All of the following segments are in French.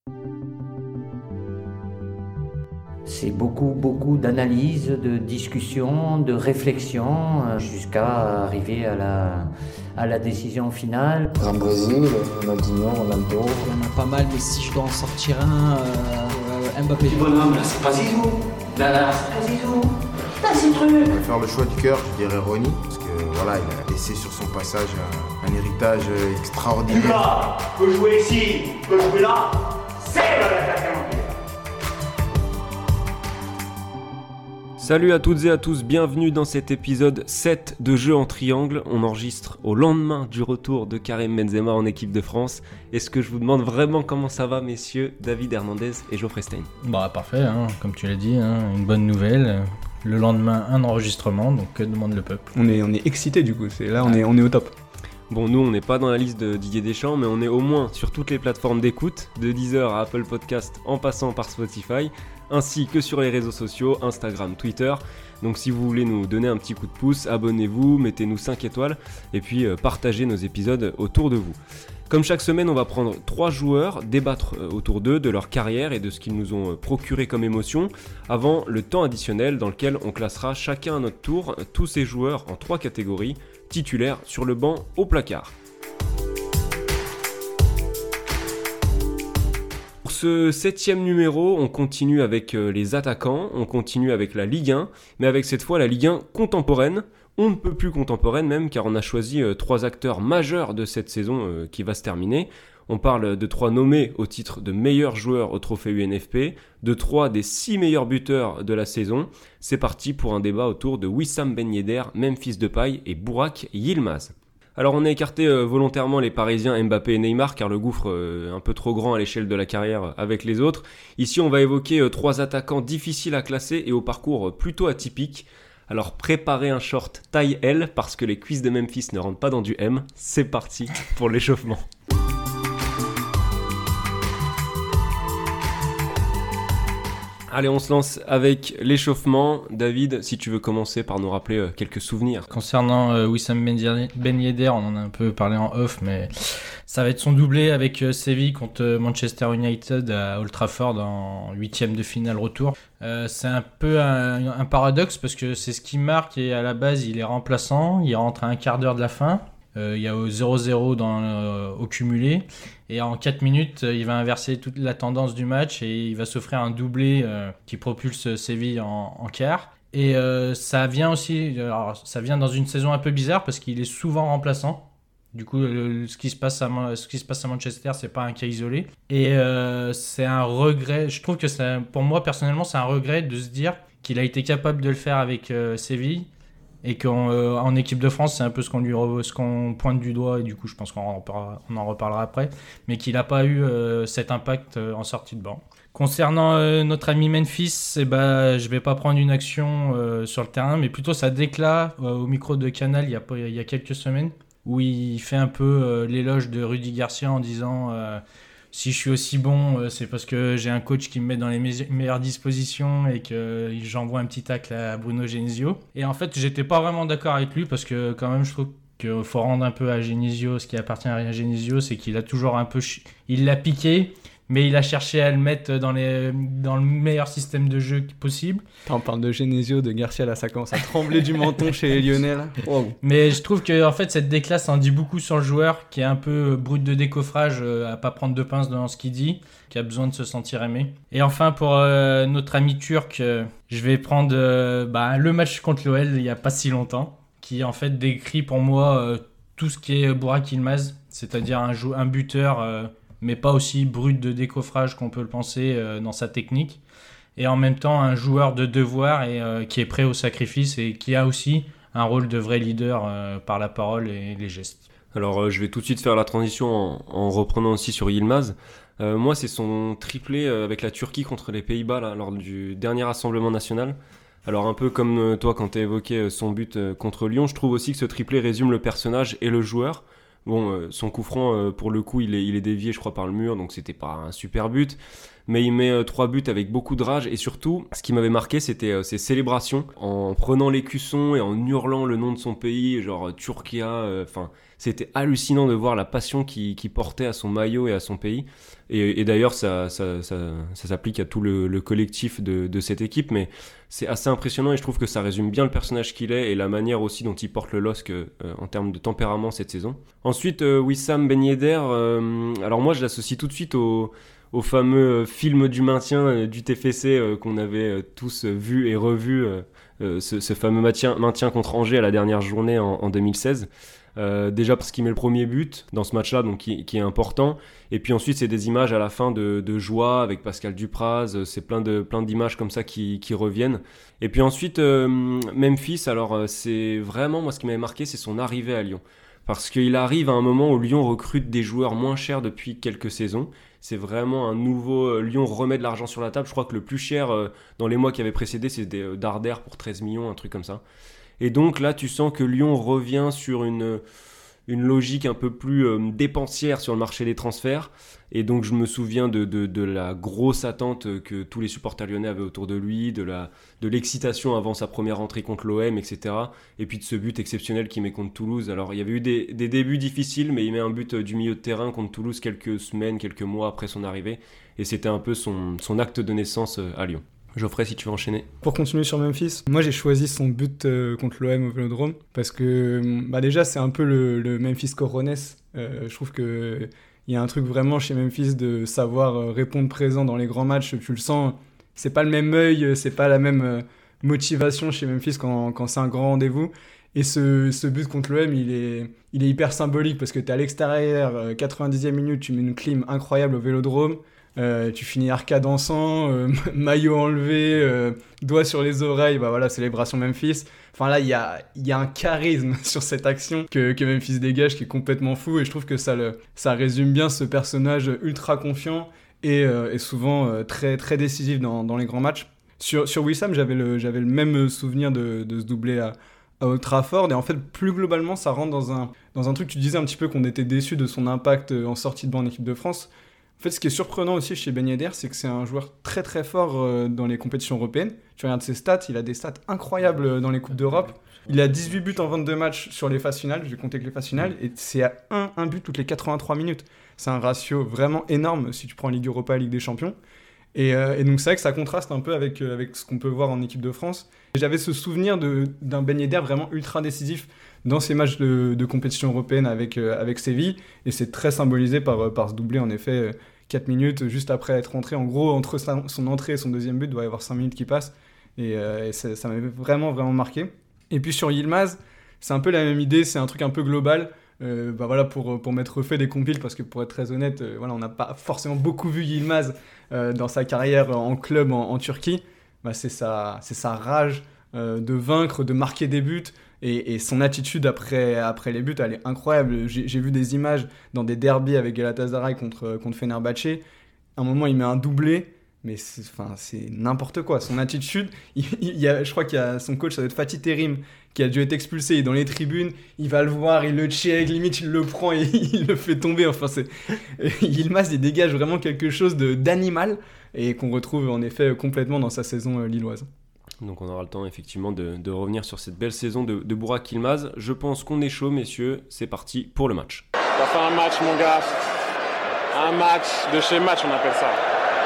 C'est beaucoup d'analyse, de discussion, de réflexion, jusqu'à arriver à la décision finale. Grand Brésil, Ronaldinho, Ronaldo. Il y en a pas mal, mais si je dois en sortir un, Mbappé. Du bonhomme, là, c'est pas Zizou. Là, c'est pas Zizou. Là, c'est le truc. Je vais faire le choix du cœur, je dirais Ronny, parce que voilà, il a laissé sur son passage un héritage extraordinaire. Lucas peut jouer ici, peut jouer là. C'est l'attaquant. Salut à toutes et à tous, bienvenue dans cet épisode 7 de Jeux en triangle. On enregistre au lendemain du retour de Karim Benzema en équipe de France. Est-ce que je vous demande vraiment comment ça va, messieurs, David Hernandez et Geoffrey Stein? Bah parfait, comme tu l'as dit, une bonne nouvelle. Le lendemain, un enregistrement, donc que demande le peuple? On est excité du coup, on est au top. Bon, nous, on n'est pas dans la liste de Didier Deschamps, mais on est au moins sur toutes les plateformes d'écoute, de Deezer à Apple Podcast en passant par Spotify, ainsi que sur les réseaux sociaux, Instagram, Twitter. Donc si vous voulez nous donner un petit coup de pouce, abonnez-vous, mettez-nous 5 étoiles, et puis partagez nos épisodes autour de vous. Comme chaque semaine, on va prendre 3 joueurs, débattre autour d'eux, de leur carrière et de ce qu'ils nous ont procuré comme émotion, avant le temps additionnel dans lequel on classera chacun à notre tour tous ces joueurs en 3 catégories, titulaires sur le banc au placard. Pour ce 7e numéro, on continue avec les attaquants, on continue avec la Ligue 1, mais avec cette fois la Ligue 1 contemporaine. On ne peut plus contemporaine même, car on a choisi 3 acteurs majeurs de cette saison qui va se terminer. On parle de 3 nommés au titre de meilleurs joueurs au trophée UNFP, de 3 des 6 meilleurs buteurs de la saison. C'est parti pour un débat autour de Wissam Ben Yedder, Memphis Depay et Burak Yilmaz. Alors on a écarté volontairement les Parisiens Mbappé et Neymar, car le gouffre est un peu trop grand à l'échelle de la carrière avec les autres. Ici on va évoquer 3 attaquants difficiles à classer et au parcours plutôt atypique. Alors préparez un short taille L parce que les cuisses de Memphis ne rentrent pas dans du M. C'est parti pour l'échauffement. Allez, on se lance avec l'échauffement. David, si tu veux commencer par nous rappeler quelques souvenirs. Concernant Wissam Ben Yedder, on en a un peu parlé en off, mais ça va être son doublé avec Séville contre Manchester United à Old Trafford en 8e de finale retour. C'est un peu un paradoxe parce que c'est ce qui marque et à la base il est remplaçant, il rentre à un quart d'heure de la fin. Il y a 0-0 au cumulé et en 4 minutes il va inverser toute la tendance du match et il va s'offrir un doublé qui propulse Séville en quart. Et ça vient dans une saison un peu bizarre parce qu'il est souvent remplaçant. Du coup, ce qui se passe à Manchester, c'est pas un cas isolé. Et c'est un regret. Je trouve que pour moi personnellement, c'est un regret de se dire qu'il a été capable de le faire avec Séville. Et qu'en équipe de France, c'est un peu ce qu'on pointe du doigt, et du coup, je pense qu'on en reparlera après, mais qu'il n'a pas eu cet impact en sortie de banc. Concernant notre ami Memphis, je vais pas prendre une action sur le terrain, mais plutôt sa déclat au micro de Canal il y a quelques semaines, où il fait un peu l'éloge de Rudy Garcia en disant si je suis aussi bon, c'est parce que j'ai un coach qui me met dans les meilleures dispositions et que j'envoie un petit tacle à Bruno Genesio. Et en fait, j'étais pas vraiment d'accord avec lui parce que quand même, je trouve qu'il faut rendre un peu à Genesio ce qui appartient à Genesio, c'est qu'il a toujours un peu... Il l'a piqué, mais il a cherché à le mettre dans le meilleur système de jeu possible. On parle de Genesio, de Garcia, là ça commence à trembler du menton chez les Lyonnais là. Wow. Mais je trouve que en fait, cette déclasse en dit beaucoup sur le joueur qui est un peu brut de décoffrage, à pas prendre de pince dans ce qu'il dit, qui a besoin de se sentir aimé. Et enfin, pour notre ami turc, je vais prendre le match contre l'OL il y a pas si longtemps, qui en fait décrit pour moi tout ce qui est Burak Yilmaz, c'est-à-dire un buteur... mais pas aussi brut de décoffrage qu'on peut le penser dans sa technique. Et en même temps, un joueur de devoir et qui est prêt au sacrifice et qui a aussi un rôle de vrai leader par la parole et les gestes. Alors, je vais tout de suite faire la transition en reprenant aussi sur Yilmaz. Moi, c'est son triplé avec la Turquie contre les Pays-Bas là, lors du dernier rassemblement national. Alors, un peu comme toi quand tu as évoqué son but contre Lyon, je trouve aussi que ce triplé résume le personnage et le joueur. Bon, son coup franc, pour le coup, il est dévié, je crois, par le mur, donc c'était pas un super but. Mais il met 3 buts avec beaucoup de rage. Et surtout, ce qui m'avait marqué, c'était ses célébrations. En prenant l'écusson et en hurlant le nom de son pays, genre Turquia. C'était hallucinant de voir la passion qu'il portait à son maillot et à son pays. Et d'ailleurs, ça s'applique à tout le collectif de cette équipe, mais c'est assez impressionnant et je trouve que ça résume bien le personnage qu'il est et la manière aussi dont il porte le LOSC en termes de tempérament cette saison. Ensuite, Wissam Ben Yedder, alors moi je l'associe tout de suite au fameux film du maintien du TFC qu'on avait tous vu et revu, ce fameux maintien contre Angers à la dernière journée en 2016. Déjà parce qu'il met le premier but dans ce match-là, donc qui est important. Et puis ensuite, c'est des images à la fin de joie avec Pascal Dupraz. C'est plein d'images comme ça qui reviennent. Et puis ensuite, Memphis, alors c'est vraiment, moi ce qui m'avait marqué, c'est son arrivée à Lyon. Parce qu'il arrive à un moment où Lyon recrute des joueurs moins chers depuis quelques saisons. C'est vraiment un nouveau... Lyon remet de l'argent sur la table. Je crois que le plus cher dans les mois qui avaient précédé, c'était Darder pour 13 millions, un truc comme ça. Et donc là, tu sens que Lyon revient sur une logique un peu plus dépensière sur le marché des transferts. Et donc je me souviens de la grosse attente que tous les supporters lyonnais avaient autour de lui, de l'excitation avant sa première entrée contre l'OM, etc. Et puis de ce but exceptionnel qu'il met contre Toulouse. Alors il y avait eu des débuts difficiles, mais il met un but du milieu de terrain contre Toulouse quelques mois après son arrivée. Et c'était un peu son acte de naissance à Lyon. Geoffrey, si tu veux enchaîner. Pour continuer sur Memphis, moi j'ai choisi son but contre l'OM au Vélodrome parce que déjà c'est un peu le Memphis Corones. Je trouve qu'il y a un truc vraiment chez Memphis de savoir répondre présent dans les grands matchs. Tu le sens, c'est pas le même œil, c'est pas la même motivation chez Memphis quand c'est un grand rendez-vous. Et ce but contre l'OM, il est hyper symbolique parce que t'es à l'extérieur, 90e minute, tu mets une clim incroyable au Vélodrome. Tu finis arcade en sang, maillot enlevé, doigts sur les oreilles, voilà, célébration Memphis. Enfin là, il y a un charisme sur cette action que Memphis dégage qui est complètement fou et je trouve que ça résume bien ce personnage ultra confiant et souvent très, très décisif dans les grands matchs. Sur Wissam, j'avais le même souvenir de ce doublé à Old Trafford et en fait plus globalement ça rentre dans un truc, tu disais un petit peu qu'on était déçu de son impact en sortie de banc en équipe de France. En fait, ce qui est surprenant aussi chez Ben Yedder, c'est que c'est un joueur très très fort dans les compétitions européennes. Tu regardes ses stats, il a des stats incroyables dans les Coupes d'Europe. Il a 18 buts en 22 matchs sur les phases finales, j'ai compté que les phases finales, et c'est à un but toutes les 83 minutes. C'est un ratio vraiment énorme si tu prends Ligue Europa et Ligue des Champions. Et donc c'est vrai que ça contraste un peu avec ce qu'on peut voir en équipe de France. Et j'avais ce souvenir d'un Ben Yedder vraiment ultra décisif dans ces matchs de compétition européenne avec Séville, et c'est très symbolisé par ce doublé en effet. 4 minutes juste après être rentré. En gros, entre son entrée et son deuxième but, il doit y avoir 5 minutes qui passent. Et ça m'avait vraiment, vraiment marqué. Et puis sur Yilmaz, c'est un peu la même idée. C'est un truc un peu global. Voilà, pour m'être refait des compiles, parce que pour être très honnête, voilà, on n'a pas forcément beaucoup vu Yilmaz dans sa carrière en club en Turquie. C'est sa rage de vaincre, de marquer des buts. Et son attitude après les buts, elle est incroyable. J'ai vu des images dans des derbys avec Galatasaray contre Fenerbahçe. À un moment, il met un doublé, mais c'est n'importe quoi. Son attitude, je crois qu'il y a son coach, ça doit être Fatih Terim, qui a dû être expulsé. Il est dans les tribunes, il va le voir, il le check, limite il le prend et il le fait tomber. Yilmaz, il dégage vraiment quelque chose d'animal et qu'on retrouve en effet complètement dans sa saison lilloise. Donc on aura le temps effectivement de revenir sur cette belle saison de Burak Yilmaz. Je pense qu'on est chaud, messieurs. C'est parti pour le match. On va faire un match, mon gars. Un match de chez match, on appelle ça.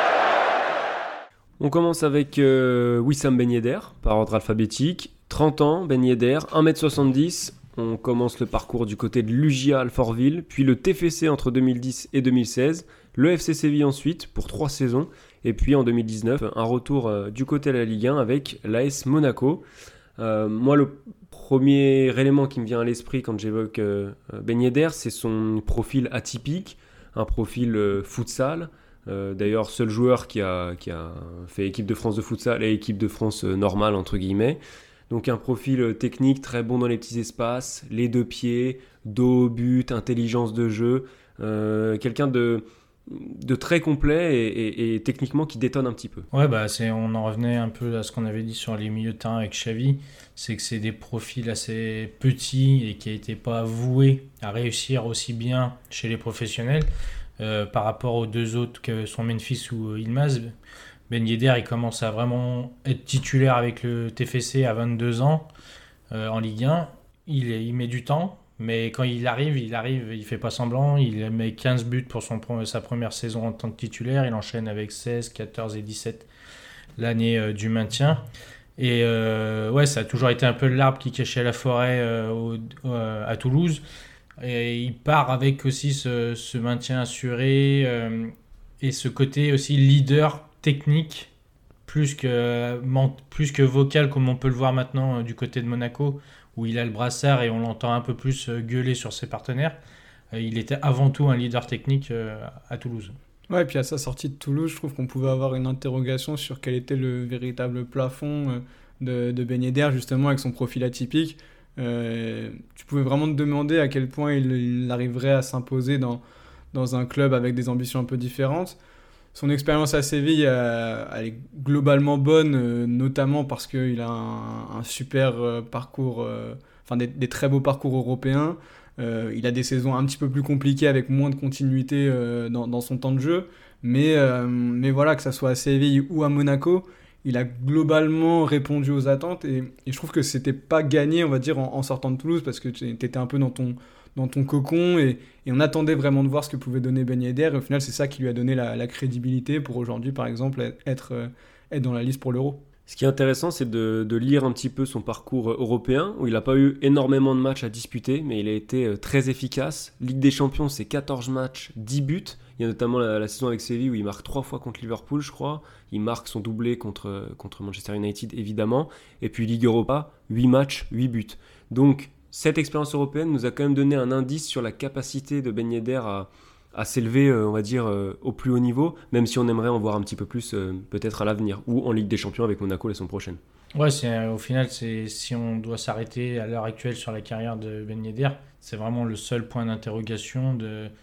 On commence avec Wissam Ben Yedder, par ordre alphabétique. 30 ans, Ben Yedder, 1m70. On commence le parcours du côté de l'UJA Alfortville, puis le TFC entre 2010 et 2016, le FC Séville ensuite pour 3 saisons, et puis en 2019, un retour du côté de la Ligue 1 avec l'AS Monaco. Moi, le premier élément qui me vient à l'esprit quand j'évoque Ben Yedder, c'est son profil atypique, un profil futsal. D'ailleurs, seul joueur qui a fait équipe de France de futsal et équipe de France normale, entre guillemets. Donc un profil technique très bon dans les petits espaces, les deux pieds, dos au but, intelligence de jeu, quelqu'un de très complet et techniquement qui détonne un petit peu. Ouais, on en revenait un peu à ce qu'on avait dit sur les milieux de terrain avec Xavi, c'est que c'est des profils assez petits et qui n'étaient pas voués à réussir aussi bien chez les professionnels par rapport aux deux autres que sont Memphis ou Yilmaz. Ben Yedder, il commence à vraiment être titulaire avec le TFC à 22 ans en Ligue 1. Il met du temps, Mais quand il arrive, il fait pas semblant. Il met 15 buts pour sa première saison en tant que titulaire. Il enchaîne avec 16, 14 et 17 l'année du maintien. Et ça a toujours été un peu l'arbre qui cachait la forêt à Toulouse. Et il part avec aussi ce maintien assuré et ce côté aussi leader technique plus que vocal comme on peut le voir maintenant du côté de Monaco où il a le brassard et on l'entend un peu plus gueuler sur ses partenaires. Il était avant tout un leader technique à Toulouse. Ouais, et puis à sa sortie de Toulouse, je trouve qu'on pouvait avoir une interrogation sur quel était le véritable plafond de Ben Yedder, justement, avec son profil atypique. Tu pouvais vraiment te demander à quel point il arriverait à s'imposer dans un club avec des ambitions un peu différentes. Son expérience à Séville, elle est globalement bonne, notamment parce qu'il a un super parcours, des très beaux parcours européens. Il a des saisons un petit peu plus compliquées avec moins de continuité dans son temps de jeu. Mais voilà, que ça soit à Séville ou à Monaco, il a globalement répondu aux attentes. Et je trouve que c'était pas gagné, on va dire, en sortant de Toulouse, parce que tu étais un peu dans ton cocon et on attendait vraiment de voir ce que pouvait donner Ben Yedder. Et au final, c'est ça qui lui a donné la crédibilité pour aujourd'hui, par exemple, être dans la liste pour l'Euro. Ce qui est intéressant, c'est de lire un petit peu son parcours européen, où il n'a pas eu énormément de matchs à disputer, mais il a été très efficace. Ligue des Champions, c'est 14 matchs, 10 buts. Il y a notamment la saison avec Séville où il marque 3 fois contre Liverpool, je crois. Il marque son doublé contre Manchester United, évidemment. Et puis Ligue Europa, 8 matchs, 8 buts. Donc, cette expérience européenne nous a quand même donné un indice sur la capacité de Ben Yedder à s'élever, on va dire, au plus haut niveau, même si on aimerait en voir un petit peu plus peut-être à l'avenir, ou en Ligue des Champions avec Monaco la saison prochaine. Ouais, au final, si on doit s'arrêter à l'heure actuelle sur la carrière de Ben Yedder, c'est vraiment le seul point d'interrogation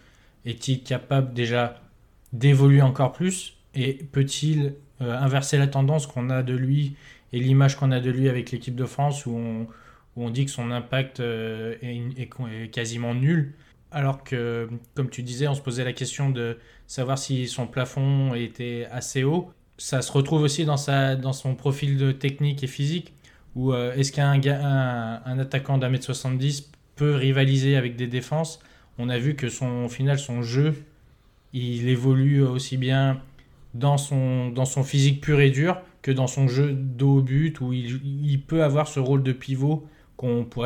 est-il capable déjà d'évoluer encore plus et peut-il inverser la tendance qu'on a de lui et l'image qu'on a de lui avec l'équipe de France où on dit que son impact est quasiment nul. Alors que, comme tu disais, on se posait la question de savoir si son plafond était assez haut. Ça se retrouve aussi dans son profil de technique et physique, où est-ce qu'un attaquant d'1m70 peut rivaliser avec des défenses ? On a vu que au final, son jeu, il évolue aussi bien dans son physique pur et dur que dans son jeu dos au but, où il peut avoir ce rôle de pivot qu'on pourrait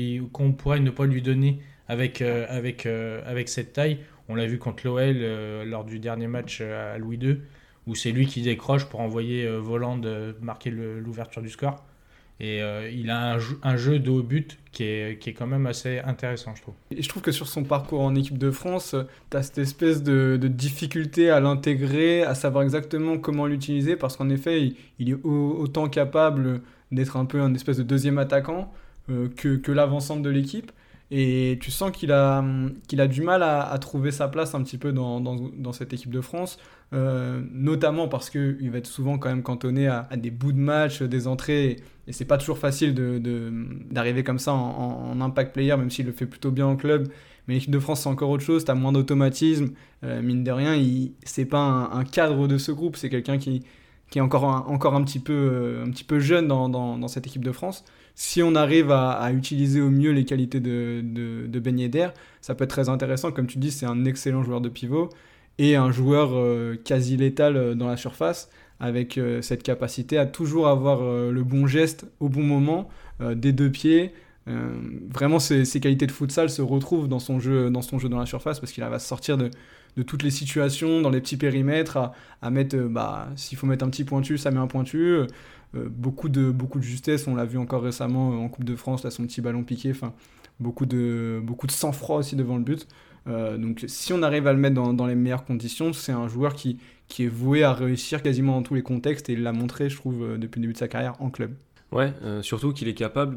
ne pas lui donner avec cette taille. On l'a vu contre l'OL lors du dernier match à Louis II, où c'est lui qui décroche pour envoyer Voland marquer l'ouverture du score. Et il a un jeu de haut but qui est quand même assez intéressant, je trouve. Et je trouve que sur son parcours en équipe de France, tu as cette espèce de difficulté à l'intégrer, à savoir exactement comment l'utiliser, parce qu'en effet, il est autant capable d'être un peu un espèce de deuxième attaquant que l'avant-centre de l'équipe. Et tu sens qu'il a du mal à trouver sa place un petit peu dans cette équipe de France, notamment parce qu'il va être souvent quand même cantonné à des bouts de match, des entrées, et c'est pas toujours facile d'arriver comme ça en impact player, même s'il le fait plutôt bien en club. Mais l'équipe de France, c'est encore autre chose, tu as moins d'automatisme, mine de rien, c'est pas un cadre de ce groupe, c'est quelqu'un qui est encore un petit peu jeune dans cette équipe de France. Si on arrive à utiliser au mieux les qualités de Ben Yedder, ça peut être très intéressant. Comme tu dis, c'est un excellent joueur de pivot et un joueur quasi létal dans la surface, avec cette capacité à toujours avoir le bon geste au bon moment, des deux pieds. Vraiment, ses qualités de futsal se retrouvent dans son jeu dans la surface, parce qu'il va sortir de toutes les situations, dans les petits périmètres, à mettre, s'il faut mettre un petit pointu, ça met un pointu. Beaucoup de justesse, on l'a vu encore récemment en Coupe de France, là, son petit ballon piqué, beaucoup de sang-froid aussi devant le but. Donc si on arrive à le mettre dans les meilleures conditions, c'est un joueur qui est voué à réussir quasiment dans tous les contextes, et il l'a montré, je trouve, depuis le début de sa carrière en club. Ouais, surtout qu'il est capable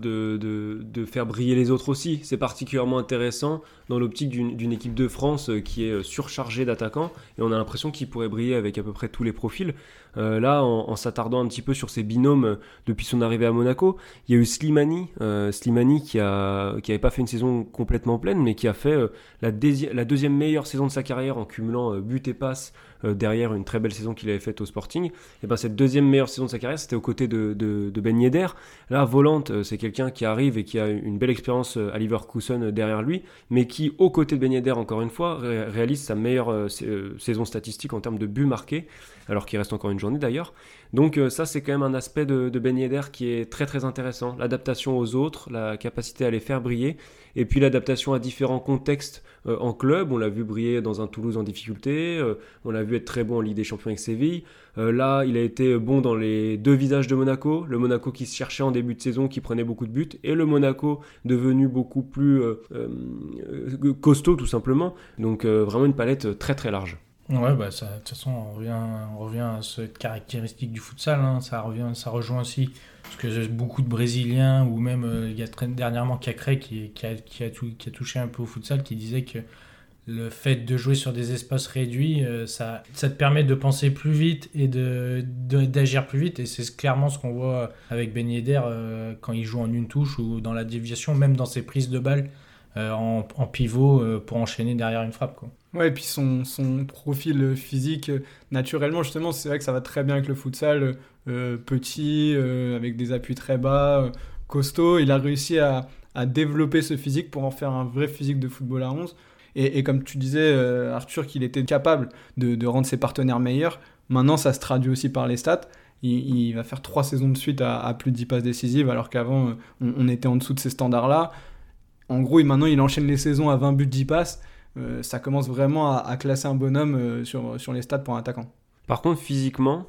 de faire briller les autres aussi. C'est particulièrement intéressant dans l'optique d'une équipe de France qui est surchargée d'attaquants, et on a l'impression qu'il pourrait briller avec à peu près tous les profils. Là, en s'attardant un petit peu sur ses binômes depuis son arrivée à Monaco, il y a eu Slimani qui avait pas fait une saison complètement pleine, mais qui a fait la deuxième meilleure saison de sa carrière en cumulant but et passe derrière une très belle saison qu'il avait faite au Sporting. Et ben cette deuxième meilleure saison de sa carrière, c'était aux côtés de Ben Yedder. Eder. Là, Volant, c'est quelqu'un qui arrive et qui a une belle expérience à Leverkusen derrière lui, mais qui, aux côtés de Ben Yedder, encore une fois, réalise sa meilleure saison statistique en termes de buts marqués, alors qu'il reste encore une journée d'ailleurs. Donc ça, c'est quand même un aspect de Ben Yedder qui est très très intéressant. L'adaptation aux autres, la capacité à les faire briller, et puis l'adaptation à différents contextes en club. On l'a vu briller dans un Toulouse en difficulté, on l'a vu être très bon en Ligue des Champions avec Séville. Là, il a été bon dans les deux visages de Monaco. Le Monaco qui se cherchait en début de saison, qui prenait beaucoup de buts, et le Monaco devenu beaucoup plus costaud tout simplement. Donc vraiment une palette très très large. Ouais, bah ça, de toute façon, on revient à cette caractéristique du futsal. Hein. Ça rejoint aussi parce que beaucoup de Brésiliens ou même il y a dernièrement Cacré qui a touché un peu au futsal, qui disait que le fait de jouer sur des espaces réduits, ça te permet de penser plus vite et d'agir plus vite. Et c'est clairement ce qu'on voit avec Ben Yedder quand il joue en une touche ou dans la déviation, même dans ses prises de balles en pivot pour enchaîner derrière une frappe, quoi. Ouais, et puis son profil physique, naturellement, justement, c'est vrai que ça va très bien avec le futsal, petit, avec des appuis très bas, costaud. Il a réussi à développer ce physique pour en faire un vrai physique de football à 11. Et comme tu disais, Arthur, qu'il était capable de rendre ses partenaires meilleurs. Maintenant, ça se traduit aussi par les stats. Il va faire 3 saisons de suite à plus de 10 passes décisives, alors qu'avant, on était en dessous de ces standards-là. En gros, maintenant, il enchaîne les saisons à 20 buts, 10 passes. Ça commence vraiment à classer un bonhomme sur les stats pour un attaquant. Par contre, physiquement,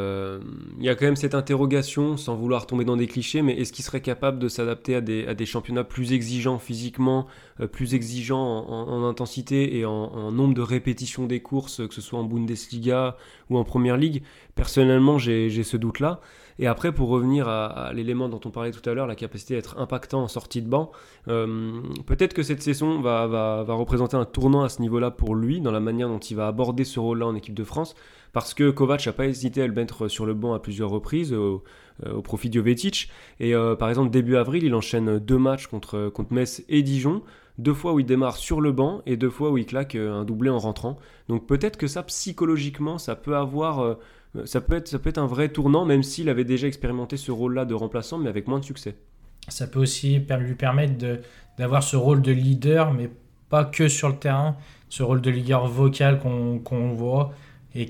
il y a quand même cette interrogation, sans vouloir tomber dans des clichés, mais est-ce qu'il serait capable de s'adapter à des championnats plus exigeants physiquement, plus exigeants en intensité et en nombre de répétitions des courses, que ce soit en Bundesliga ou en Première Ligue? Personnellement, j'ai ce doute-là. Et après, pour revenir à l'élément dont on parlait tout à l'heure, la capacité d'être impactant en sortie de banc, peut-être que cette saison va représenter un tournant à ce niveau-là pour lui, dans la manière dont il va aborder ce rôle-là en équipe de France, parce que Kovac n'a pas hésité à le mettre sur le banc à plusieurs reprises, au profit de Jovetic. Et par exemple, début avril, il enchaîne 2 matchs contre Metz et Dijon, 2 fois où il démarre sur le banc et 2 fois où il claque un doublé en rentrant. Donc peut-être que ça, psychologiquement, ça peut avoir... Ça peut être un vrai tournant, même s'il avait déjà expérimenté ce rôle-là de remplaçant, mais avec moins de succès. Ça peut aussi lui permettre d'avoir ce rôle de leader, mais pas que sur le terrain, ce rôle de leader vocal qu'on voit et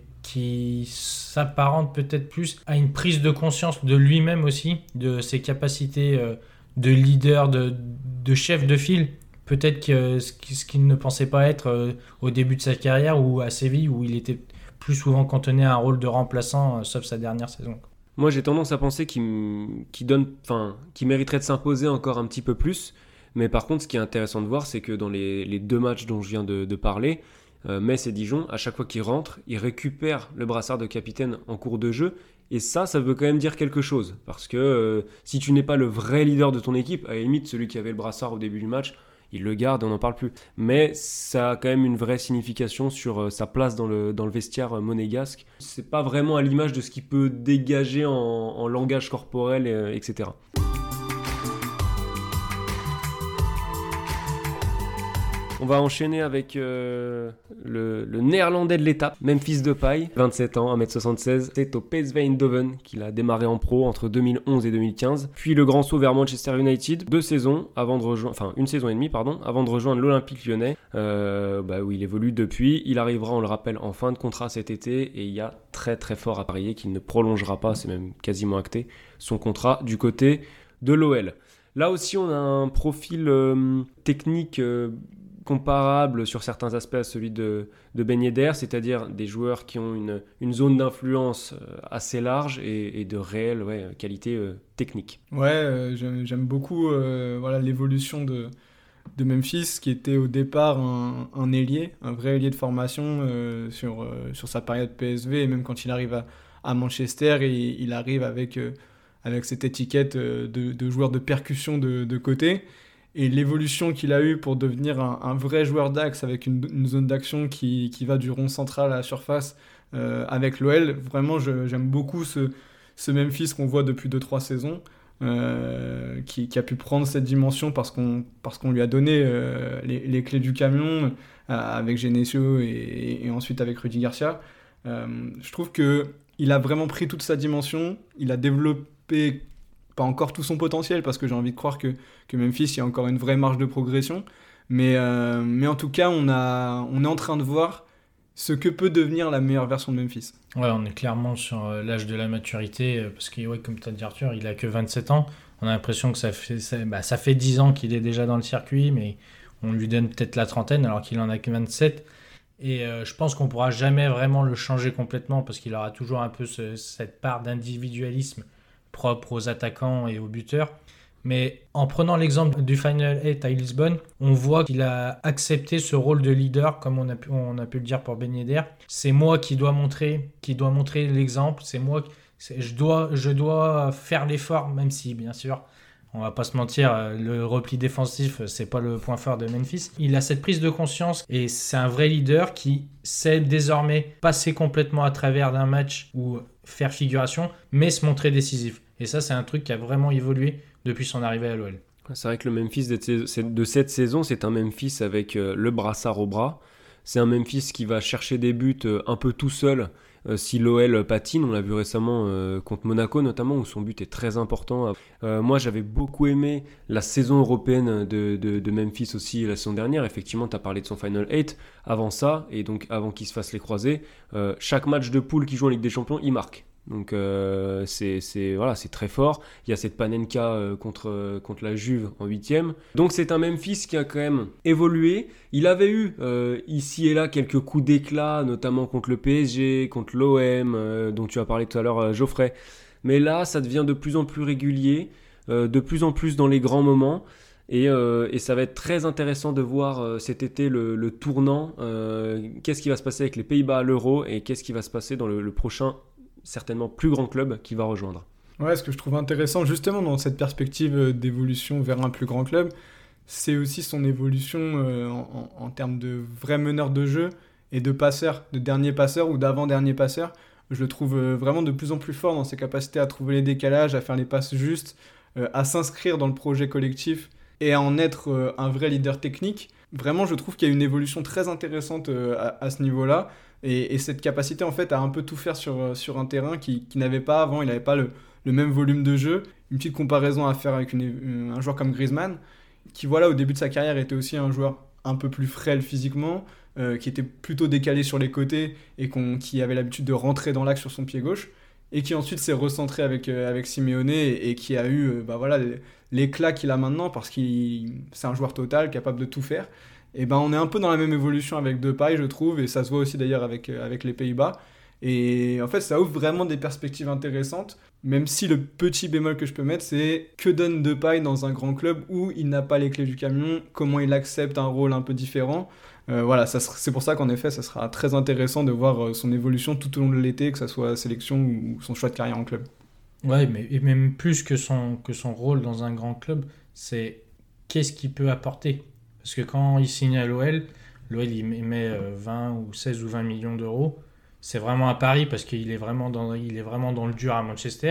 qui s'apparente peut-être plus à une prise de conscience de lui-même aussi, de ses capacités de leader, de chef de file. Peut-être que ce qu'il ne pensait pas être au début de sa carrière ou à Séville, où il était plus souvent cantonné à un rôle de remplaçant, sauf sa dernière saison. Moi, j'ai tendance à penser qu'il mériterait de s'imposer encore un petit peu plus. Mais par contre, ce qui est intéressant de voir, c'est que dans les 2 matchs dont je viens de parler, Metz et Dijon, à chaque fois qu'il rentre, il récupère le brassard de capitaine en cours de jeu. Et ça veut quand même dire quelque chose. Parce que si tu n'es pas le vrai leader de ton équipe, à la limite, celui qui avait le brassard au début du match, il le garde et on n'en parle plus. Mais ça a quand même une vraie signification sur sa place dans le vestiaire monégasque. C'est pas vraiment à l'image de ce qu'il peut dégager en langage corporel, etc. On va enchaîner avec le néerlandais de l'étape, Memphis Depay, 27 ans, 1m76. C'est au PSV Eindhoven qu'il a démarré en pro entre 2011 et 2015. Puis le grand saut vers Manchester United, 1 saison et demie, avant de rejoindre l'Olympique Lyonnais, où il évolue depuis. Il arrivera, on le rappelle, en fin de contrat cet été et il y a très très fort à parier qu'il ne prolongera pas, c'est même quasiment acté, son contrat du côté de l'OL. Là aussi, on a un profil technique comparable sur certains aspects à celui de Ben Yedder, c'est-à-dire des joueurs qui ont une zone d'influence assez large et de réelle qualité technique. Ouais, j'aime beaucoup l'évolution de Memphis, qui était au départ un ailier, un vrai ailier de formation sur sa période PSV, et même quand il arrive à Manchester, il arrive avec cette étiquette de joueur de percussion de côté. Et l'évolution qu'il a eue pour devenir un vrai joueur d'axe avec une zone d'action qui va du rond central à la surface avec l'OL, vraiment j'aime beaucoup ce Memphis qu'on voit depuis 2-3 saisons, qui a pu prendre cette dimension parce qu'on lui a donné les clés du camion avec Genesio et ensuite avec Rudy Garcia. Je trouve qu'il a vraiment pris toute sa dimension, il a développé pas encore tout son potentiel, parce que j'ai envie de croire que Memphis, il y a encore une vraie marge de progression. Mais en tout cas, on est en train de voir ce que peut devenir la meilleure version de Memphis. Ouais, on est clairement sur l'âge de la maturité, parce que, ouais, comme tu as dit Arthur, il a que 27 ans. On a l'impression que ça fait 10 ans qu'il est déjà dans le circuit, mais on lui donne peut-être la trentaine alors qu'il en a que 27. Et je pense qu'on ne pourra jamais vraiment le changer complètement, parce qu'il aura toujours un peu cette part d'individualisme propre aux attaquants et aux buteurs. Mais en prenant l'exemple du Final 8 à Lisbonne, on voit qu'il a accepté ce rôle de leader, comme on a pu le dire pour Ben Yedder. C'est moi qui dois montrer l'exemple, je dois faire l'effort, même si, bien sûr, on va pas se mentir, le repli défensif, c'est pas le point fort de Memphis. Il a cette prise de conscience et c'est un vrai leader qui sait désormais passer complètement à travers d'un match ou faire figuration, mais se montrer décisif. Et ça, c'est un truc qui a vraiment évolué depuis son arrivée à l'OL. C'est vrai que le Memphis de cette saison, c'est un Memphis avec le brassard au bras. C'est un Memphis qui va chercher des buts un peu tout seul si l'OL patine. On l'a vu récemment contre Monaco notamment, où son but est très important. Moi, j'avais beaucoup aimé la saison européenne de Memphis aussi la saison dernière. Effectivement, tu as parlé de son Final 8. Avant ça, et donc avant qu'il se fasse les croisés, chaque match de poule qu'il joue en Ligue des Champions, il marque. Donc c'est très fort. Il y a cette Panenka contre la Juve en 8e. Donc c'est un Memphis qui a quand même évolué. Il avait eu ici et là quelques coups d'éclat, notamment contre le PSG, contre l'OM, dont tu as parlé tout à l'heure, Geoffrey. Mais là, ça devient de plus en plus régulier, de plus en plus dans les grands moments. Et ça va être très intéressant de voir cet été le tournant. Qu'est-ce qui va se passer avec les Pays-Bas à l'Euro et qu'est-ce qui va se passer dans le prochain, certainement plus grand club qui va rejoindre. Ouais, ce que je trouve intéressant justement dans cette perspective d'évolution vers un plus grand club, c'est aussi son évolution en termes de vrai meneur de jeu et de passeur, de dernier passeur ou d'avant-dernier passeur. Je le trouve vraiment de plus en plus fort dans ses capacités à trouver les décalages, à faire les passes justes, à s'inscrire dans le projet collectif et à en être un vrai leader technique. Vraiment, je trouve qu'il y a une évolution très intéressante à ce niveau-là. Et cette capacité en fait à un peu tout faire sur un terrain qui n'avait pas avant. Il n'avait pas le même volume de jeu. Une petite comparaison à faire avec un joueur comme Griezmann, qui voilà, au début de sa carrière était aussi un joueur un peu plus frêle physiquement, qui était plutôt décalé sur les côtés et qui avait l'habitude de rentrer dans l'axe sur son pied gauche, et qui ensuite s'est recentré avec Simeone et qui a eu l'éclat qu'il a maintenant, parce qu'il c'est un joueur total, capable de tout faire. Et on est un peu dans la même évolution avec Depay, je trouve, et ça se voit aussi d'ailleurs avec les Pays-Bas. Et en fait, ça ouvre vraiment des perspectives intéressantes, même si le petit bémol que je peux mettre, c'est que donne Depay dans un grand club où il n'a pas les clés du camion, comment il accepte un rôle un peu différent. C'est pour ça qu'en effet, ça sera très intéressant de voir son évolution tout au long de l'été, que ce soit sélection ou son choix de carrière en club. Ouais, mais et même plus que son rôle dans un grand club, c'est qu'est-ce qu'il peut apporter. Parce que quand il signe à l'OL il met 20 ou 16 ou 20 millions d'euros. C'est vraiment à Paris parce qu'il est vraiment dans le dur à Manchester.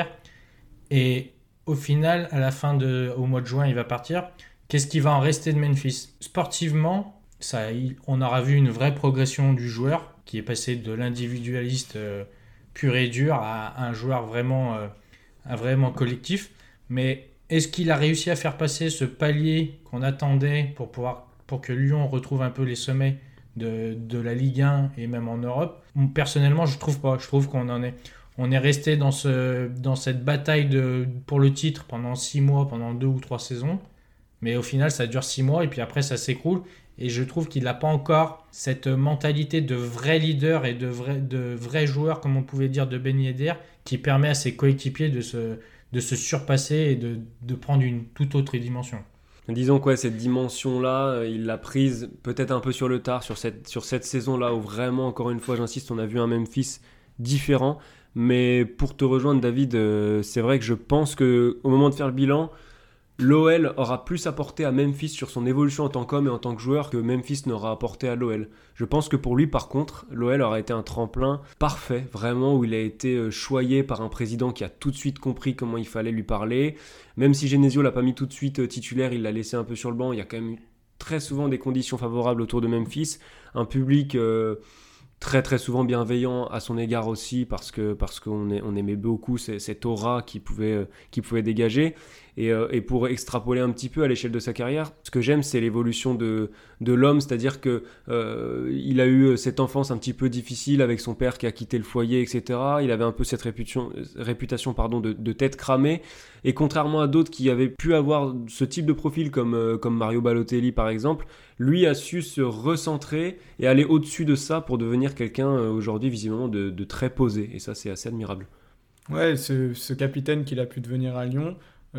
Et au final, au mois de juin, il va partir. Qu'est-ce qui va en rester de Memphis ? Sportivement, on aura vu une vraie progression du joueur qui est passé de l'individualiste pur et dur à un joueur vraiment collectif. Mais est-ce qu'il a réussi à faire passer ce palier qu'on attendait pour que Lyon retrouve un peu les sommets de la Ligue 1 et même en Europe ? Personnellement, je trouve pas. Je trouve on est resté dans cette bataille pour le titre pendant 6 mois, pendant 2 ou 3 saisons. Mais au final, ça dure 6 mois et puis après, ça s'écroule. Et je trouve qu'il n'a pas encore cette mentalité de vrai leader et de vrai joueur, comme on pouvait dire de Ben Yedder, qui permet à ses coéquipiers de se surpasser et de prendre une toute autre dimension. Disons que cette dimension-là, il l'a prise peut-être un peu sur le tard, sur cette saison-là, où vraiment, encore une fois, j'insiste, on a vu un Memphis différent. Mais pour te rejoindre, David, c'est vrai que je pense qu'au moment de faire le bilan, l'OL aura plus apporté à Memphis sur son évolution en tant qu'homme et en tant que joueur que Memphis n'aura apporté à l'OL. Je pense que pour lui, par contre, l'OL aura été un tremplin parfait, vraiment, où il a été choyé par un président qui a tout de suite compris comment il fallait lui parler. Même si Genesio l'a pas mis tout de suite titulaire, il l'a laissé un peu sur le banc. Il y a quand même eu très souvent des conditions favorables autour de Memphis. Un public très très souvent bienveillant à son égard aussi parce qu'on aimait beaucoup cette aura qu'il pouvait dégager. Et pour extrapoler un petit peu à l'échelle de sa carrière, ce que j'aime, c'est l'évolution de l'homme, c'est-à-dire que il a eu cette enfance un petit peu difficile avec son père qui a quitté le foyer, etc. Il avait un peu cette réputation de tête cramée. Et contrairement à d'autres qui avaient pu avoir ce type de profil comme Mario Balotelli par exemple, lui a su se recentrer et aller au-dessus de ça pour devenir quelqu'un aujourd'hui visiblement de très posé. Et ça, c'est assez admirable. Ouais, ce capitaine qu'il a pu devenir à Lyon,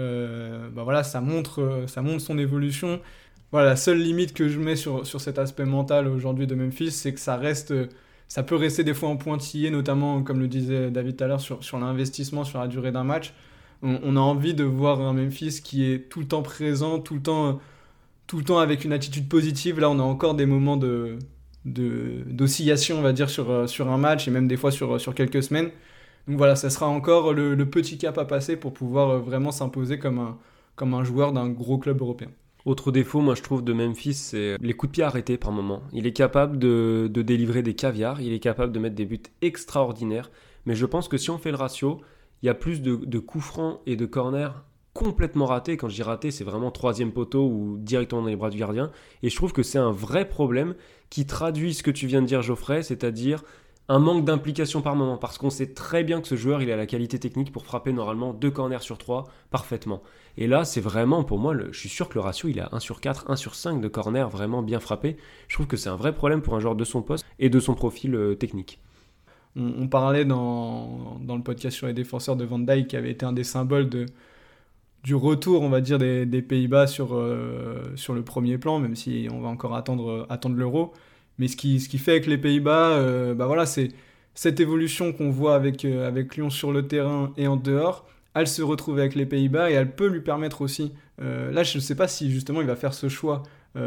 voilà, ça montre son évolution. Voilà, la seule limite que je mets sur cet aspect mental aujourd'hui de Memphis, c'est que ça peut rester des fois en pointillé, notamment, comme le disait David tout à l'heure, sur l'investissement, sur la durée d'un match. On a envie de voir un Memphis qui est tout le temps présent, tout le temps avec une attitude positive. Là, on a encore des moments d'oscillation, on va dire, sur un match et même des fois sur quelques semaines. Donc voilà, ça sera encore le petit cap à passer pour pouvoir vraiment s'imposer comme un joueur d'un gros club européen. Autre défaut, moi je trouve, de Memphis, c'est les coups de pied arrêtés par moment. Il est capable de délivrer des caviars, il est capable de mettre des buts extraordinaires, mais je pense que si on fait le ratio, il y a plus de coups francs et de corners complètement ratés. Quand je dis raté, c'est vraiment troisième poteau ou directement dans les bras du gardien. Et je trouve que c'est un vrai problème qui traduit ce que tu viens de dire, Geoffrey, c'est-à-dire un manque d'implication par moment, parce qu'on sait très bien que ce joueur, il a la qualité technique pour frapper normalement 2 corners sur 3 parfaitement. Et là, c'est vraiment, pour moi, je suis sûr que le ratio, il est à 1/4, 1/5 de corners vraiment bien frappés. Je trouve que c'est un vrai problème pour un joueur de son poste et de son profil technique. On parlait dans le podcast sur les défenseurs de Van Dijk, qui avait été un des symboles du retour, on va dire, des Pays-Bas sur le premier plan, même si on va encore attendre l'Euro. Mais ce qui fait avec les Pays-Bas, voilà, c'est cette évolution qu'on voit avec Lyon sur le terrain et en dehors. Elle se retrouve avec les Pays-Bas et elle peut lui permettre aussi... là, je ne sais pas si justement il va faire ce choix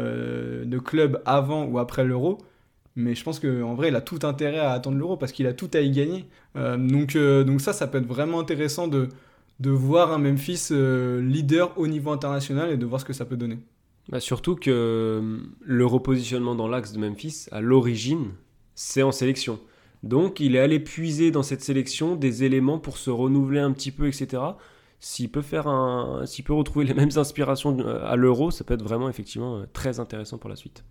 de club avant ou après l'Euro, mais je pense qu'en vrai, il a tout intérêt à attendre l'Euro parce qu'il a tout à y gagner. Donc ça peut être vraiment intéressant de voir un Memphis leader au niveau international et de voir ce que ça peut donner. Surtout que le repositionnement dans l'axe de Memphis, à l'origine, c'est en sélection. Donc il est allé puiser dans cette sélection des éléments pour se renouveler un petit peu, etc. S'il peut retrouver les mêmes inspirations à l'Euro, ça peut être vraiment effectivement très intéressant pour la suite.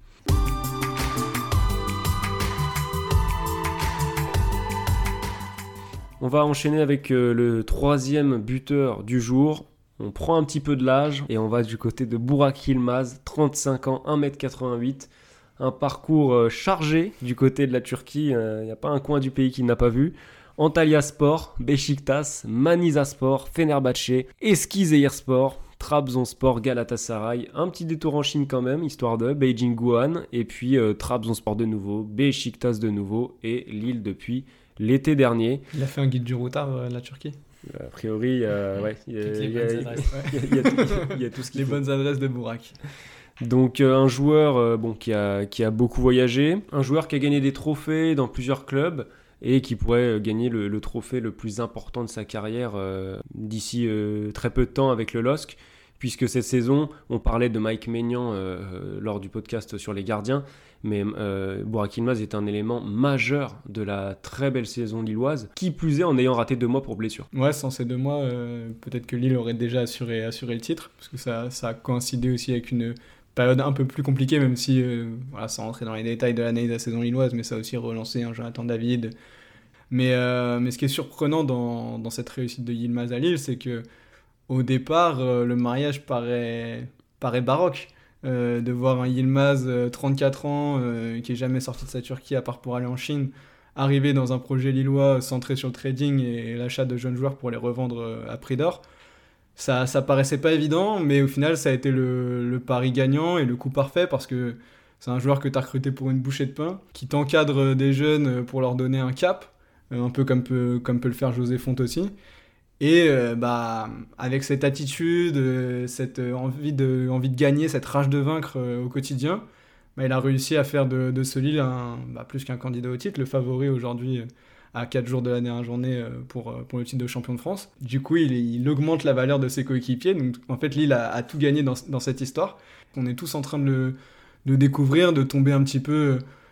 On va enchaîner avec le troisième buteur du jour. On prend un petit peu de l'âge et on va du côté de Burak Yılmaz, 35 ans, 1m88. Un parcours chargé du côté de la Turquie. Il n'y a pas un coin du pays qu'il n'a pas vu. Antalyaspor, Beşiktaş, Manisaspor, Fenerbahçe, Eskişehirspor, Trabzonspor, Galatasaray. Un petit détour en Chine quand même, histoire de Beijing, Guan. Et puis Trabzonspor de nouveau, Beşiktaş de nouveau et Lille depuis l'été dernier. Il a fait un guide du routard, la Turquie. A priori, il y a tout ce qu'il les faut. bonnes adresses de Burak. Donc un joueur qui a beaucoup voyagé, un joueur qui a gagné des trophées dans plusieurs clubs et qui pourrait gagner le trophée le plus important de sa carrière d'ici très peu de temps avec le LOSC, puisque cette saison, on parlait de Mike Maignan lors du podcast sur les gardiens, mais Burak Yılmaz est un élément majeur de la très belle saison lilloise, qui plus est en ayant raté 2 mois pour blessure. Ouais, sans ces 2 mois, peut-être que Lille aurait déjà assuré le titre, parce que ça a coïncidé aussi avec une période un peu plus compliquée, même si, sans rentrer dans les détails de l'année de la saison lilloise, mais ça a aussi relancé un Jonathan David. Mais ce qui est surprenant dans cette réussite de Yılmaz à Lille, c'est que au départ, le mariage paraît baroque. De voir un Yılmaz, 34 ans, qui n'est jamais sorti de sa Turquie à part pour aller en Chine, arriver dans un projet lillois centré sur le trading et l'achat de jeunes joueurs pour les revendre à prix d'or. Ça paraissait pas évident, mais au final, ça a été le pari gagnant et le coup parfait parce que c'est un joueur que tu as recruté pour une bouchée de pain, qui t'encadre des jeunes pour leur donner un cap, un peu comme peut le faire José Fonte aussi. Et avec cette attitude, cette envie de gagner, cette rage de vaincre au quotidien, il a réussi à faire de ce Lille plus qu'un candidat au titre, le favori aujourd'hui à 4 jours de la dernière journée pour le titre de champion de France. Du coup, il augmente la valeur de ses coéquipiers. Donc, en fait, Lille a tout gagné dans cette histoire. On est tous en train de le découvrir, de tomber un petit peu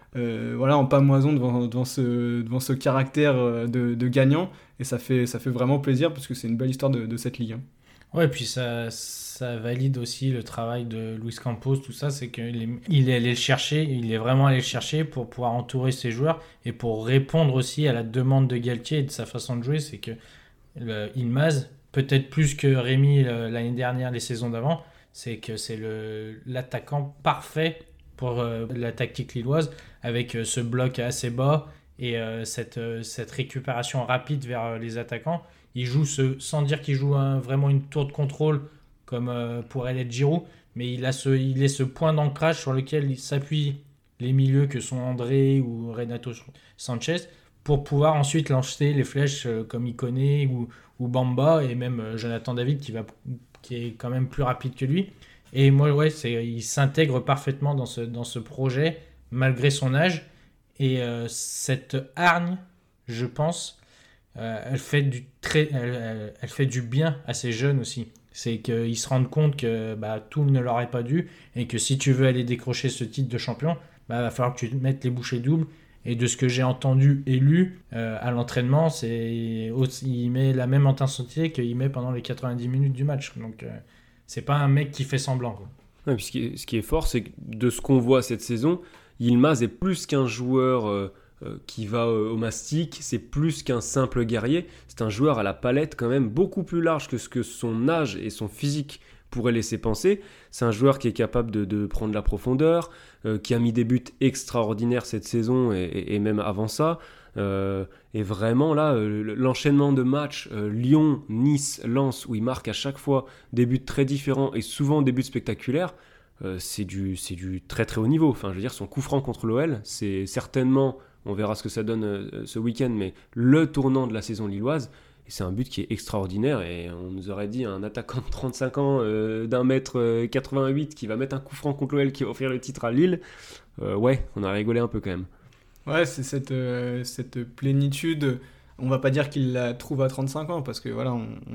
voilà, en pamoison devant ce caractère de gagnant. Et ça fait vraiment plaisir parce que c'est une belle histoire de cette Ligue. Ouais, puis ça valide aussi le travail de Luis Campos, tout ça, c'est qu'il est allé le chercher, il est vraiment allé le chercher pour pouvoir entourer ses joueurs et pour répondre aussi à la demande de Galtier et de sa façon de jouer. C'est que Yılmaz, peut-être plus que Rémi l'année dernière, les saisons d'avant, c'est que c'est l'attaquant parfait pour la tactique lilloise, avec ce bloc assez bas et cette récupération rapide vers les attaquants. Il joue sans dire qu'il joue vraiment une tour de contrôle comme pourrait l'être Giroud, mais il est ce point d'ancrage sur lequel il s'appuie les milieux que sont André ou Renato Sanchez pour pouvoir ensuite lancer les flèches comme Ikoné ou Bamba et même Jonathan David qui est quand même plus rapide que lui. Et moi, ouais, il s'intègre parfaitement dans ce projet malgré son âge. Et cette hargne, je pense, elle fait du bien à ces jeunes aussi. C'est qu'ils se rendent compte que tout ne leur est pas dû et que si tu veux aller décrocher ce titre de champion, va falloir que tu mettes les bouchées doubles. Et de ce que j'ai entendu et lu à l'entraînement, il met la même intensité qu'il met pendant les 90 minutes du match. Donc c'est pas un mec qui fait semblant, quoi. Ouais, puis ce qui est fort, c'est que de ce qu'on voit cette saison, Yılmaz est plus qu'un joueur qui va au mastic, c'est plus qu'un simple guerrier, c'est un joueur à la palette quand même beaucoup plus large que ce que son âge et son physique pourraient laisser penser. C'est un joueur qui est capable de prendre la profondeur, qui a mis des buts extraordinaires cette saison et même avant ça. Et vraiment là, l'enchaînement de matchs Lyon, Nice, Lens, où il marque à chaque fois des buts très différents et souvent des buts spectaculaires, c'est du très très haut niveau. Enfin, je veux dire, son coup franc contre l'OL, c'est certainement, on verra ce que ça donne ce week-end, mais le tournant de la saison lilloise. Et c'est un but qui est extraordinaire. Et on nous aurait dit un attaquant de 35 ans d'un mètre 88 qui va mettre un coup franc contre l'OL qui va offrir le titre à Lille. Ouais, on a rigolé un peu quand même. Ouais, c'est cette plénitude. On va pas dire qu'il la trouve à 35 ans parce que voilà,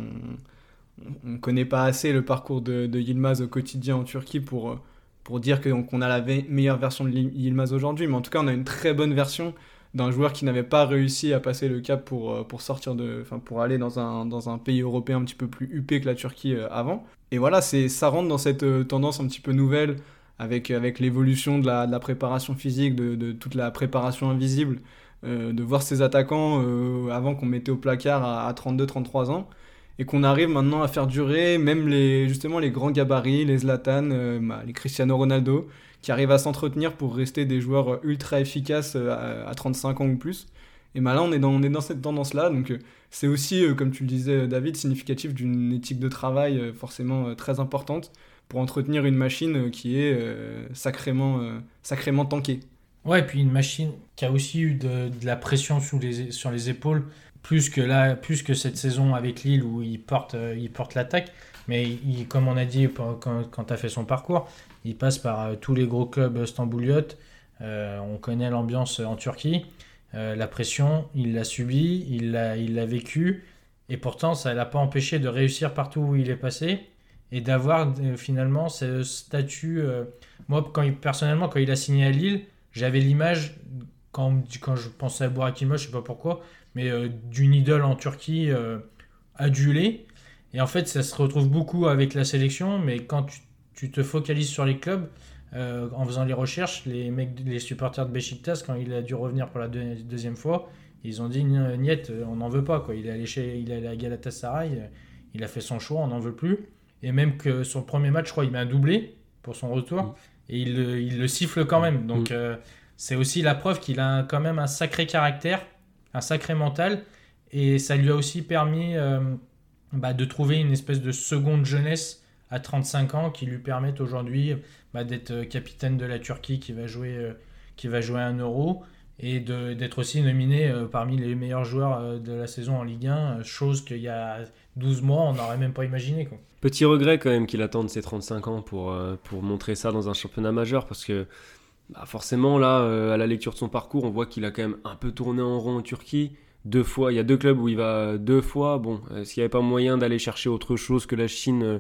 on connaît pas assez le parcours de Yılmaz au quotidien en Turquie pour dire qu'on a la meilleure version de Yılmaz aujourd'hui. Mais en tout cas, on a une très bonne version d'un joueur qui n'avait pas réussi à passer le cap pour sortir pour aller dans un pays européen un petit peu plus huppé que la Turquie avant. Et voilà, ça rentre dans cette tendance un petit peu nouvelle avec l'évolution de la préparation physique, de toute la préparation invisible, de voir ces attaquants avant qu'on mettait au placard à 32-33 ans, et qu'on arrive maintenant à faire durer même les grands gabarits, les Zlatan, les Cristiano Ronaldo, qui arrivent à s'entretenir pour rester des joueurs ultra efficaces à 35 ans ou plus. Et là, on est dans cette tendance-là. Donc, c'est aussi, comme tu le disais, David, significatif d'une éthique de travail forcément très importante pour entretenir une machine qui est sacrément tankée. Ouais, et puis une machine qui a aussi eu de la pression sur les épaules, plus que cette saison avec Lille où il porte l'attaque. Mais comme on a dit quand tu as fait son parcours, il passe par tous les gros clubs stambouliotes. On connaît l'ambiance en Turquie. La pression, il l'a subie, il l'a vécu. Et pourtant, ça ne l'a pas empêché de réussir partout où il est passé et d'avoir finalement ce statut. Moi, personnellement, quand il a signé à Lille, j'avais l'image, quand je pensais à Burak Yılmaz, je ne sais pas pourquoi, mais d'une idole en Turquie adulée. Et en fait, ça se retrouve beaucoup avec la sélection, mais quand tu te focalises sur les clubs, en faisant les recherches, les supporters de Beşiktaş, quand il a dû revenir pour la deuxième fois, ils ont dit niet, on n'en veut pas, quoi. Il est allé à Galatasaray, il a fait son choix, on n'en veut plus. Et même que son premier match, je crois, il met un doublé pour son retour, et il le siffle quand même. Donc c'est aussi la preuve qu'il a quand même un sacré caractère, un sacré mental, et ça lui a aussi permis de trouver une espèce de seconde jeunesse à 35 ans qui lui permettent aujourd'hui d'être capitaine de la Turquie qui va jouer un Euro et d'être aussi nominé parmi les meilleurs joueurs de la saison en Ligue 1, chose qu'il y a 12 mois on n'aurait même pas imaginé, quoi. Petit regret quand même qu'il attende ses 35 ans pour montrer ça dans un championnat majeur, parce que forcément là, à la lecture de son parcours, on voit qu'il a quand même un peu tourné en rond en Turquie. 2 fois, il y a 2 clubs où il va 2 fois. Bon, est-ce qu'il n'y avait pas moyen d'aller chercher autre chose que la Chine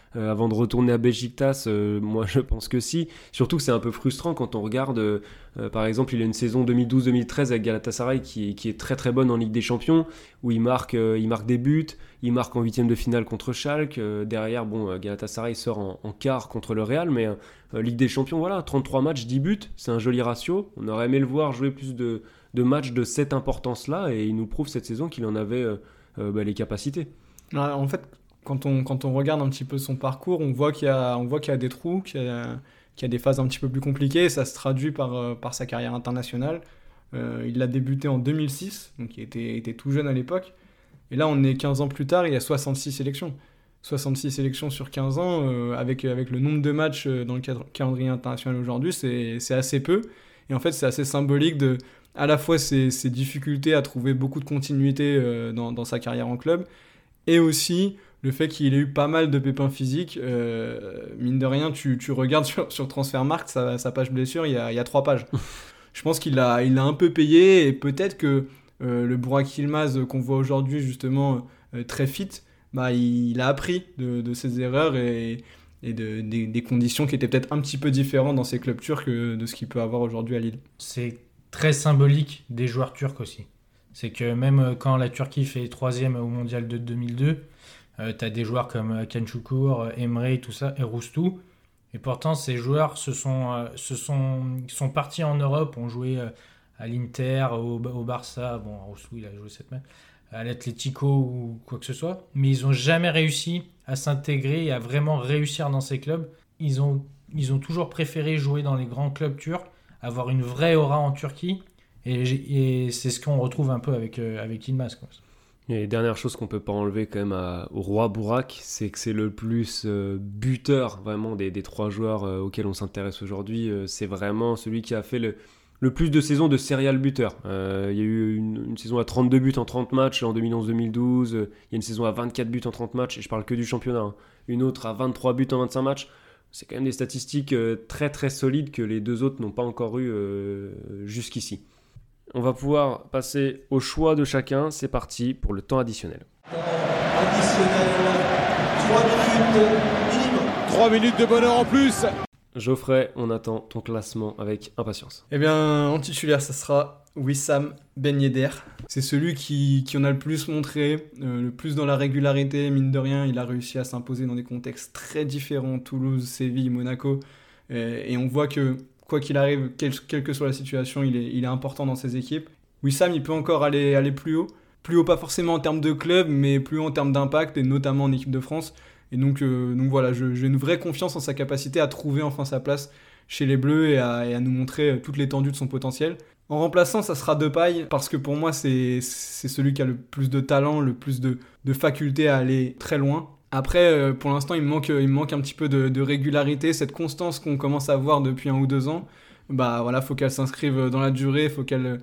avant de retourner à Beşiktaş, moi je pense que si. Surtout que c'est un peu frustrant quand on regarde, par exemple, il a une saison 2012-2013 avec Galatasaray qui est très très bonne en Ligue des Champions, où il marque des buts, il marque en 8e de finale contre Schalke. Derrière, Galatasaray sort en quart contre le Real, mais Ligue des Champions, voilà, 33 matchs, 10 buts, c'est un joli ratio. On aurait aimé le voir jouer plus de matchs de cette importance-là, et il nous prouve cette saison qu'il en avait les capacités. En fait, quand on regarde un petit peu son parcours, on voit qu'il y a des trous, qu'il y a des phases un petit peu plus compliquées, et ça se traduit par sa carrière internationale. Il a débuté en 2006, donc il était tout jeune à l'époque, et là on est 15 ans plus tard, il y a 66 sélections. 66 sélections sur 15 ans, avec le nombre de matchs dans le calendrier international aujourd'hui, c'est assez peu. Et en fait, c'est assez symbolique de à la fois ses difficultés à trouver beaucoup de continuité dans sa carrière en club, et aussi le fait qu'il ait eu pas mal de pépins physiques. Mine de rien, tu regardes sur Transfermarkt, sa page blessure, il y a 3 pages. Je pense qu'il a un peu payé, et peut-être que le Burak Yılmaz qu'on voit aujourd'hui, justement, très fit, il a appris de ses erreurs et des conditions qui étaient peut-être un petit peu différentes dans ces clubs turcs de ce qu'il peut avoir aujourd'hui à Lille. C'est très symbolique des joueurs turcs aussi. C'est que même quand la Turquie fait 3e au mondial de 2002, tu as des joueurs comme Hakan Şükür, Emre, tout ça, et Roustou. Et pourtant, ces joueurs sont partis en Europe, ont joué à l'Inter, au Barça. Bon, Roustou, il a joué cette match, à l'Atlético ou quoi que ce soit. Mais ils n'ont jamais réussi à s'intégrer et à vraiment réussir dans ces clubs. Ils ont toujours préféré jouer dans les grands clubs turcs, avoir une vraie aura en Turquie. Et c'est ce qu'on retrouve un peu avec Yılmaz, quoi. Et dernière chose qu'on peut pas enlever quand même au roi Burak, c'est que c'est le plus buteur vraiment des 3 joueurs auxquels on s'intéresse aujourd'hui. C'est vraiment celui qui a fait le plus de saisons de serial buteur. Il y a eu une saison à 32 buts en 30 matchs en 2011-2012. Il y a une saison à 24 buts en 30 matchs, et je parle que du championnat. Hein. Une autre à 23 buts en 25 matchs. C'est quand même des statistiques très très solides que les 2 autres n'ont pas encore eu jusqu'ici. On va pouvoir passer au choix de chacun. C'est parti pour le temps additionnel. Additionnel, 3 minutes minimum. 3 minutes de bonheur en plus. Geoffrey, on attend ton classement avec impatience. Eh bien, en titulaire, ça sera Wissam Ben Yedder. C'est celui qui en a le plus montré, le plus dans la régularité. Mine de rien, il a réussi à s'imposer dans des contextes très différents, Toulouse, Séville, Monaco. Et on voit que, quoi qu'il arrive, quelle que soit la situation, il est important dans ses équipes. Wissam, il peut encore aller plus haut. Plus haut, pas forcément en termes de club, mais plus haut en termes d'impact, et notamment en équipe de France. Et donc voilà, j'ai une vraie confiance en sa capacité à trouver enfin sa place chez les Bleus et à nous montrer toute l'étendue de son potentiel. En remplaçant, ça sera Depay, parce que pour moi, c'est celui qui a le plus de talent, le plus de faculté à aller très loin. Après, pour l'instant, il me manque un petit peu de régularité, cette constance qu'on commence à voir depuis 1 ou 2 ans. Voilà, faut qu'elle s'inscrive dans la durée, faut qu'elle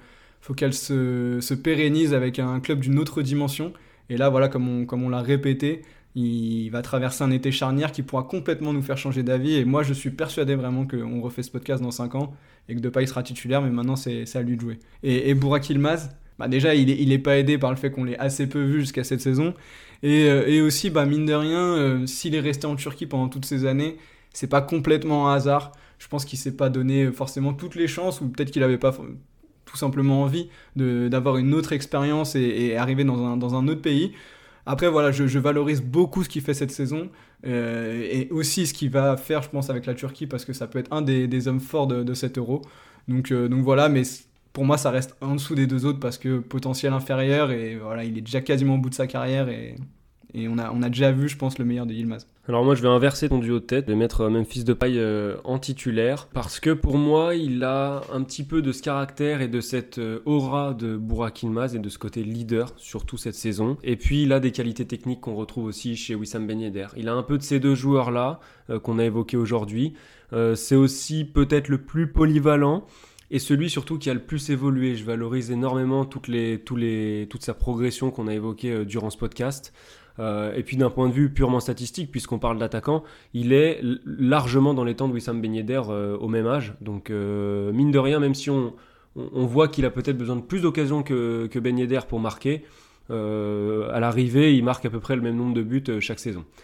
se pérennise avec un club d'une autre dimension. Et là, voilà, comme on l'a répété, il va traverser un été charnière qui pourra complètement nous faire changer d'avis. Et moi, je suis persuadé vraiment qu'on refait ce podcast dans 5 ans et que Depay sera titulaire, mais maintenant, c'est à lui de jouer. Et Burak Yılmaz, déjà, il est pas aidé par le fait qu'on l'ait assez peu vu jusqu'à cette saison. Et aussi, mine de rien, s'il est resté en Turquie pendant toutes ces années, c'est pas complètement un hasard. Je pense qu'il s'est pas donné forcément toutes les chances, ou peut-être qu'il avait pas tout simplement envie d'avoir une autre expérience et arriver dans un autre pays. Après, voilà, je valorise beaucoup ce qu'il fait cette saison, et aussi ce qu'il va faire, je pense, avec la Turquie, parce que ça peut être un des hommes forts de cet Euro. Donc voilà, mais pour moi, ça reste en dessous des 2 autres, parce que potentiel inférieur, et voilà, il est déjà quasiment au bout de sa carrière, et on a déjà vu, je pense, le meilleur de Yılmaz. Alors moi, je vais inverser ton duo de tête, je vais mettre Memphis Depay en titulaire, parce que pour moi, il a un petit peu de ce caractère et de cette aura de Burak Yılmaz et de ce côté leader, surtout cette saison. Et puis, il a des qualités techniques qu'on retrouve aussi chez Wissam Ben Yedder. Il a un peu de ces 2 joueurs-là qu'on a évoqués aujourd'hui. C'est aussi peut-être le plus polyvalent, et celui surtout qui a le plus évolué. Je valorise énormément toute sa progression qu'on a évoquée durant ce podcast. Et puis d'un point de vue purement statistique, puisqu'on parle d'attaquant, il est largement dans les temps de Wissam Ben Yedder au même âge. Donc mine de rien, même si on voit qu'il a peut-être besoin de plus d'occasions que Ben Yedder pour marquer, à l'arrivée, il marque à peu près le même nombre de buts chaque saison.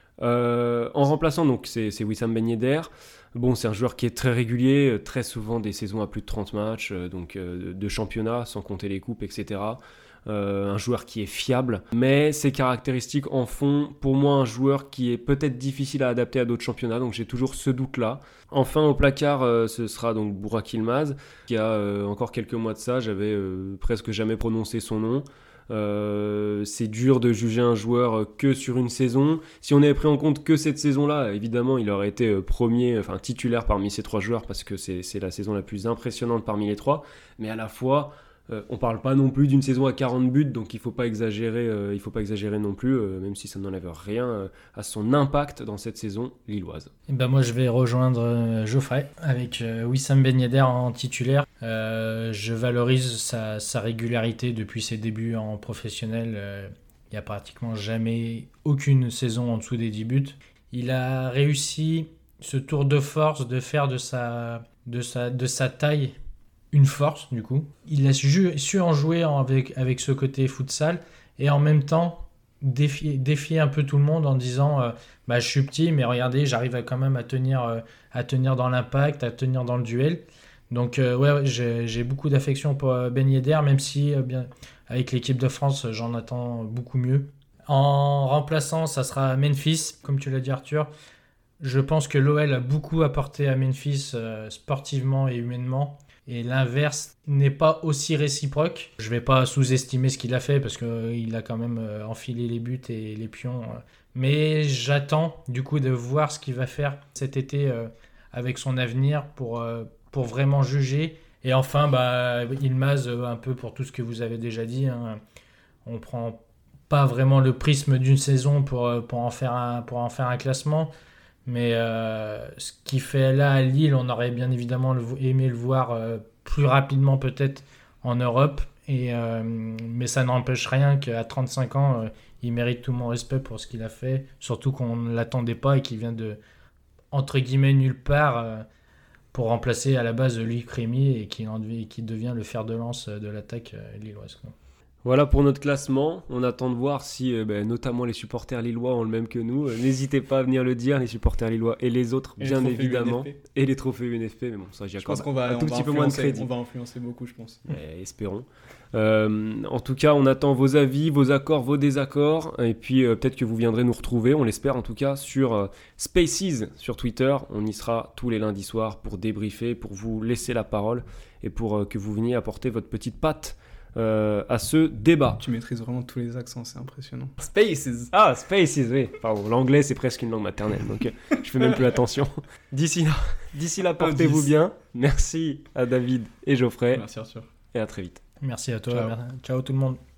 En remplaçant, donc c'est Wissam Ben Yedder. Bon, c'est un joueur qui est très régulier, très souvent des saisons à plus de 30 matchs, de championnat, sans compter les coupes, etc. Un joueur qui est fiable, mais ses caractéristiques en font pour moi un joueur qui est peut-être difficile à adapter à d'autres championnats, donc j'ai toujours ce doute-là. Enfin, au placard, ce sera donc Burak Yilmaz, qui a encore quelques mois de ça, j'avais presque jamais prononcé son nom. C'est dur de juger un joueur que sur une saison. Si on avait pris en compte que cette saison-là, évidemment, il aurait été titulaire parmi ces 3 joueurs parce que c'est la saison la plus impressionnante parmi les 3. Mais à la fois, on parle pas non plus d'une saison à 40 buts, donc il faut pas exagérer non plus, même si ça n'enlève rien à son impact dans cette saison lilloise. Et ben moi je vais rejoindre Geoffrey avec Wissam Ben Yedder en titulaire. Je valorise sa régularité depuis ses débuts en professionnel. Il n'y a pratiquement jamais aucune saison en dessous des 10 buts. Il a réussi ce tour de force de faire de sa taille une force du coup. Il a su en jouer avec ce côté futsal et en même temps défier un peu tout le monde en disant je suis petit mais regardez j'arrive quand même à tenir dans l'impact, à tenir dans le duel. Donc j'ai beaucoup d'affection pour Ben Yedder, même si avec l'équipe de France j'en attends beaucoup mieux. En remplaçant ça sera Memphis, comme tu l'as dit Arthur. Je pense que l'OL a beaucoup apporté à Memphis sportivement et humainement. Et l'inverse n'est pas aussi réciproque. Je ne vais pas sous-estimer ce qu'il a fait parce qu'il a quand même enfilé les buts et les pions. Mais j'attends du coup de voir ce qu'il va faire cet été avec son avenir pour vraiment juger. Et enfin, Yilmaz, un peu pour tout ce que vous avez déjà dit. On ne prend pas vraiment le prisme d'une saison pour en faire un classement. Mais ce qu'il fait là à Lille, on aurait bien évidemment aimé le voir plus rapidement peut-être en Europe. Mais ça n'empêche rien qu'à 35 ans, il mérite tout mon respect pour ce qu'il a fait. Surtout qu'on ne l'attendait pas et qu'il vient de, entre guillemets, nulle part pour remplacer à la base Louis Crémy et qui devient le fer de lance de l'attaque lilloise. Voilà pour notre classement. On attend de voir si notamment les supporters lillois ont le même que nous. N'hésitez pas à venir le dire, les supporters lillois et les autres, et bien évidemment. Et les trophées UNFP. Mais bon, ça j'y accorde un tout petit peu moins de crédit. On va influencer beaucoup, je pense. Espérons. En tout cas, on attend vos avis, vos accords, vos désaccords. Et puis peut-être que vous viendrez nous retrouver, on l'espère en tout cas, sur Spaces sur Twitter. On y sera tous les lundis soirs pour débriefer, pour vous laisser la parole et pour que vous veniez apporter votre petite patte à ce débat. Tu maîtrises vraiment tous les accents, c'est impressionnant. Spaces, oui. Pardon, l'anglais c'est presque une langue maternelle, donc je fais même plus attention. D'ici là, portez-vous bien. Merci à David et Geoffrey. Merci Arthur. Et à très vite. Merci à toi. Ciao tout le monde.